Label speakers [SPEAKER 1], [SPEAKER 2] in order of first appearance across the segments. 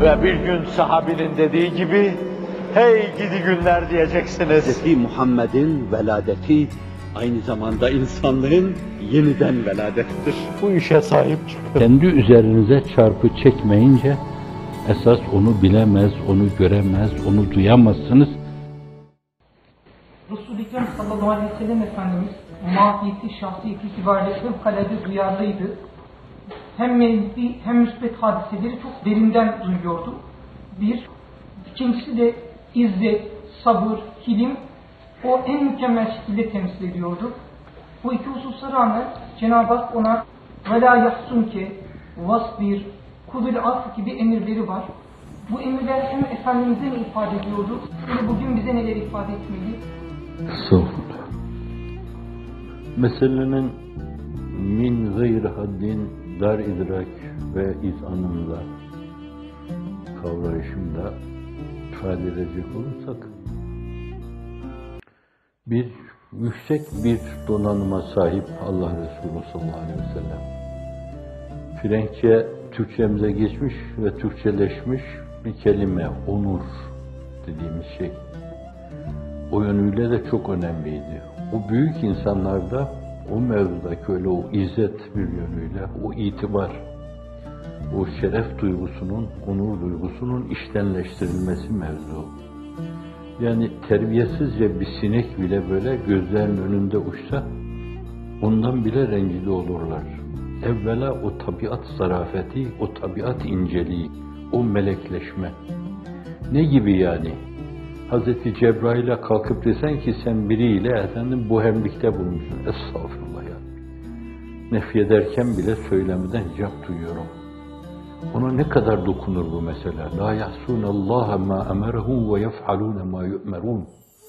[SPEAKER 1] Ve bir gün sahabinin dediği gibi, hey gidi günler diyeceksiniz.
[SPEAKER 2] Hz. Muhammed'in veladeti aynı zamanda insanlığın yeniden veladettir.
[SPEAKER 1] Bu işe sahip çıkın.
[SPEAKER 3] Kendi üzerinize çarpı çekmeyince, esas onu bilemez, onu göremez, onu duyamazsınız.
[SPEAKER 4] Resul-i Ekrem sallallahu aleyhi ve sellem Efendimiz mahiyeti, şahsiyeti itibariyle fevkalade duyarlıydı. Hem menfi hem müsbet hadiseleri çok derinden duyuyordu. Bir. İkincisi de izzet, sabır, hilim o en mükemmel şekilde temsil ediyordu. Bu iki hususa rağmen Cenab-ı Hak ona وَلَا يَحْسُنْكَ وَاسْبِرْ kudül af gibi emirleri var. Bu emirler hem Efendimiz'e mi ifade ediyordu, hem bugün bize neler ifade etmeli?
[SPEAKER 3] Estağfurullah. Meselenin min gayri haddin dar idrak ve izanında, kavrayışında ifade edecek olursak, bir yüksek bir donanıma sahip Allah Resulü sallallahu aleyhi ve sellem. Frenkçe Türkçemize geçmiş ve Türkçeleşmiş bir kelime, onur dediğimiz şey. O yönüyle de çok önemliydi. O büyük insanlarda o mevzudaki öyle o izzet bir yönüyle, o itibar, o şeref duygusunun, onur duygusunun iştenleştirilmesi mevzu. Yani terbiyesizce bir sinek bile böyle gözlerinin önünde uçsa, ondan bile rencide olurlar. Evvela o tabiat zarafeti, o tabiat inceliği, o melekleşme. Ne gibi yani? Hazreti Cebrail'e kalkıp desen ki sen biriyle efendim bu hemlikte bulmuşsun. Estağfurullah ya. Nefyederken bile söylemeden hicap duyuyorum. Ona ne kadar dokunur bu mesele? La yahsunallaha ma emerahum ve yef'alun ma yu'merun.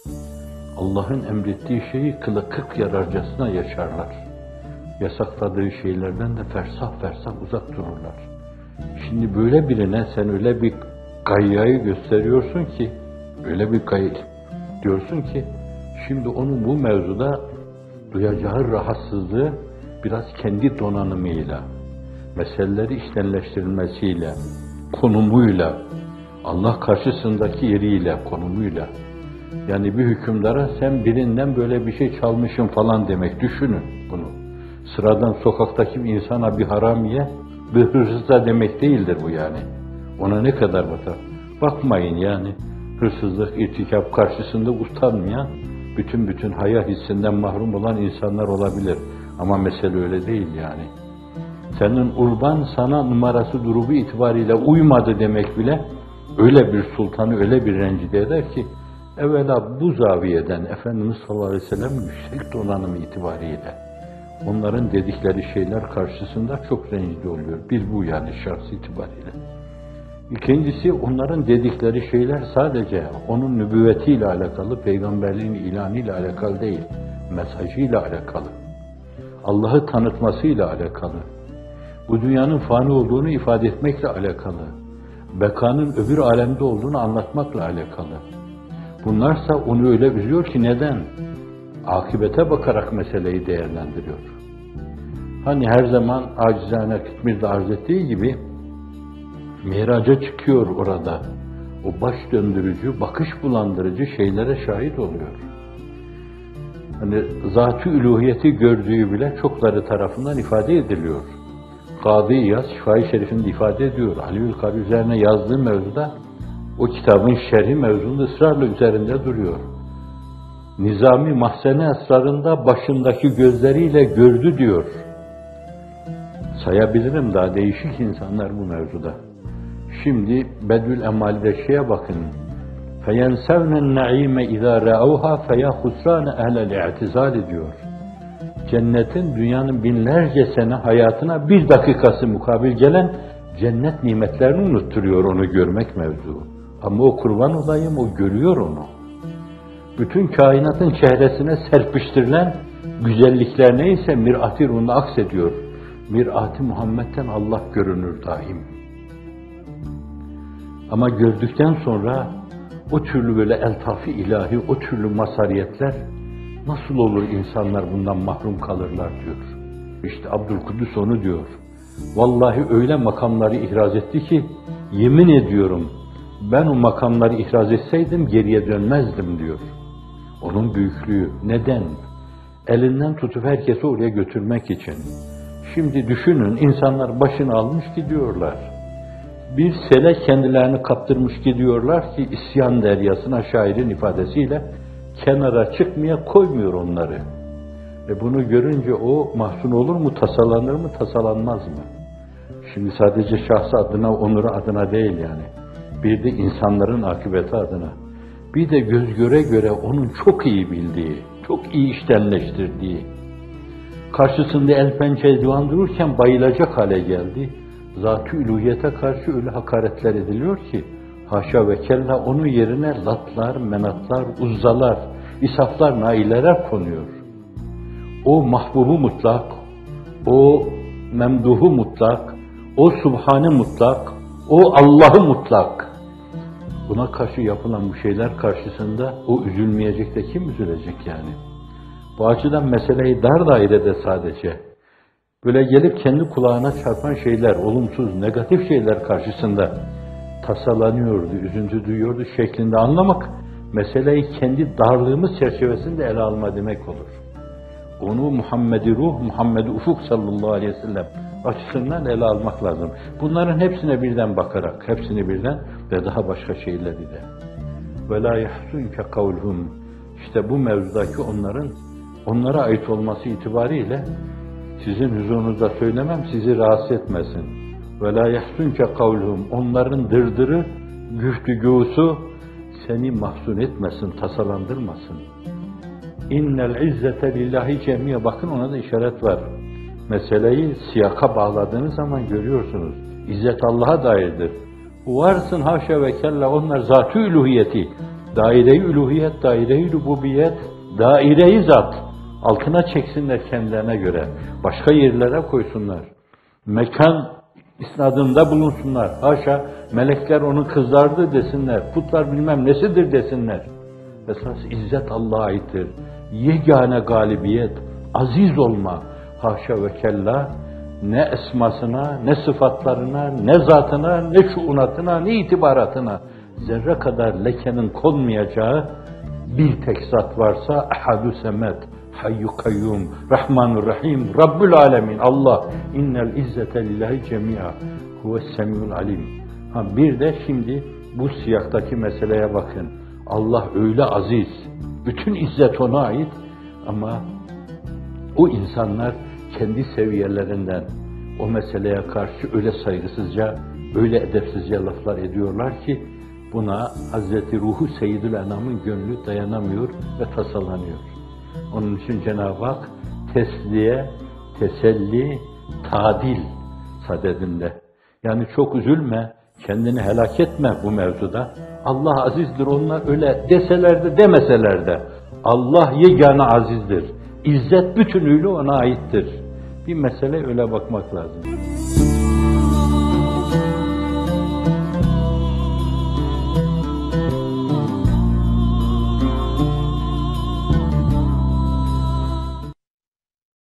[SPEAKER 3] Allah'ın emrettiği şeyi kıla kırk yararcasına yaşarlar. Yasakladığı şeylerden de fersah fersah uzak dururlar. Şimdi böyle birine sen öyle bir gayyayı gösteriyorsun ki, öyle bir gayy diyorsun ki, şimdi onun bu mevzuda duyacağı rahatsızlığı biraz kendi donanımıyla, meseleleri iştenleştirilmesiyle, konumuyla, Allah karşısındaki yeriyle, konumuyla, yani bir hükümdara sen birinden böyle bir şey çalmışsın falan demek, düşünün bunu. Sıradan sokaktaki bir insana bir haramiye, bir hırsıza demek değildir bu yani. Ona ne kadar batar. Bakmayın yani, hırsızlık, irtikap karşısında utanmayan, bütün haya hissinden mahrum olan insanlar olabilir. Ama mesele öyle değil yani. Senin urban sana numarası durumu itibariyle uymadı demek bile, öyle bir sultanı öyle bir rencide eder ki, evvela bu zaviyeden Efendimiz sallallahu aleyhi ve sellem yüksek donanımı itibariyle, onların dedikleri şeyler karşısında çok rencide oluyor. Bir bu yani şahsi itibariyle. İkincisi, onların dedikleri şeyler sadece onun nübüvvetiyle alakalı, peygamberliğin ilanıyla alakalı değil, mesajıyla alakalı. Allah'ı tanıtmasıyla alakalı. Bu dünyanın fani olduğunu ifade etmekle alakalı. Bekanın öbür alemde olduğunu anlatmakla alakalı. Bunlarsa onu öyle üzüyor ki neden? Akibete bakarak meseleyi değerlendiriyor. Hani her zaman acizane Kıtmir'de arz ettiği gibi, Miraca çıkıyor orada. O baş döndürücü, bakış bulandırıcı şeylere şahit oluyor. Hani zat-ı üluhiyeti gördüğü bile çokları tarafından ifade ediliyor. Kadı İyaz Şifa-i Şerif'inde ifade ediyor. Aliül Kari üzerine yazdığı mevzuda o kitabın şerhi mevzunda ısrarla üzerinde duruyor. Nizami Mahzene esrarında başındaki gözleriyle gördü diyor. Sayabilirim daha değişik insanlar bu mevzuda. Şimdi Bedül Emal'de şeye bakın. فَيَنْسَوْنَ النَّعِيمَ اِذَا رَأَوْهَا فَيَا خُسْرَانَ اَهْلَ الْاِعْتِزَالِ diyor. Cennetin dünyanın binlerce sene hayatına bir dakikası mukabil gelen cennet nimetlerini unutturuyor onu görmek mevzu. Ama o kurban olayım, o görüyor onu. Bütün kainatın çehresine serpiştirilen güzellikler neyse mir-ati ruhunda aksediyor. Mir-ati Muhammed'den Allah görünür daim. Ama gördükten sonra o türlü böyle eltaf-ı ilahi, o türlü masariyetler nasıl olur insanlar bundan mahrum kalırlar diyor. İşte Abdülkudüs onu diyor. Vallahi öyle makamları ihraz etti ki Yemin ediyorum ben o makamları ihraz etseydim geriye dönmezdim diyor. Onun büyüklüğü. Neden? Elinden tutup herkesi oraya götürmek için. Şimdi düşünün, insanlar başını almış gidiyorlar. Bir sele kendilerini kaptırmış gidiyorlar ki isyan deryasına şairin ifadesiyle kenara çıkmaya koymuyor onları. Bunu görünce o mahzun olur mu, tasalanır mı, tasalanmaz mı? Şimdi sadece şahsı adına, onuru adına değil yani. Bir de insanların akıbeti adına. Bir de göz göre göre onun çok iyi bildiği, çok iyi iştenleştirdiği, karşısında el pençe divan dururken bayılacak hale geldi. Zat-ı üluhiyete karşı öyle hakaretler ediliyor ki, haşa ve kella onun yerine latlar, menatlar, uzzalar, isaflar, naileler konuyor. O mahbubu mutlak, o memduhu mutlak, o subhane mutlak, o Allah'ı mutlak. Buna karşı yapılan bu şeyler karşısında o üzülmeyecek de kim üzülecek yani? Bu açıdan meseleyi dar dairede sadece böyle gelip kendi kulağına çarpan şeyler, olumsuz, negatif şeyler karşısında tasalanıyordu, üzüntü duyuyordu şeklinde anlamak, meseleyi kendi darlığımız çerçevesinde ele alma demek olur. Onu Muhammed-i Ruh, Muhammed-i Ufuk sallallahu aleyhi ve sellem açısından ele almak lazım. Bunların hepsine birden bakarak, hepsini birden ve daha başka şeyleri de. وَلَا يَحْسُنْكَ قَوْلُهُمْ İşte bu mevzudaki onların, onlara ait olması itibariyle sizin huzurunuzda söylemem, sizi rahatsız etmesin. وَلَا يَحْسُنْكَ قَوْلُهُمْ Onların dırdırı, güftügûsu seni mahzun etmesin, tasalandırmasın. İnnel izzete lillahi cemiye. Bakın ona da işaret var. Meseleyi siyaka bağladığınız zaman görüyorsunuz. İzzet Allah'a dairdir. Varsın haşa ve kella onlar zat-ı üluhiyeti, daire-i üluhiyet, daire-i rububiyet, daire-i zat. Altına çeksinler kendilerine göre. Başka yerlere koysunlar. Mekan isnadında bulunsunlar. Haşa melekler onun kızlardı desinler. Putlar bilmem nesidir desinler. Esas izzet Allah'a aittir. Yegane galibiyet, aziz olma, haşa ve kella, ne esmasına, ne sıfatlarına, ne zatına, ne şuunatına, ne itibaratına zerre kadar lekenin konmayacağı bir tek zat varsa Ahad-ü Semed, Hayyu Kayyum, Rahmanur Rahim, Rabbül Alemin, Allah. İnnel izzete lillahi cemi'a, huves-semiyul alim. Bir de şimdi bu siyaktaki meseleye bakın. Allah öyle aziz, bütün izzet ona ait ama o insanlar kendi seviyelerinden o meseleye karşı öyle saygısızca, öyle edepsizce laflar ediyorlar ki buna Hazreti Ruhu Seyyidül Enam'ın gönlü dayanamıyor ve tasalanıyor. Onun için Cenab-ı Hak tesliye, teselli, tadil sadedinde. Yani çok üzülme, kendini helak etme bu mevzuda. Allah azizdir, onlar öyle deseler de demeseler de. Allah yegane azizdir. İzzet bütünüyle ona aittir. Bir mesele öyle bakmak lazım.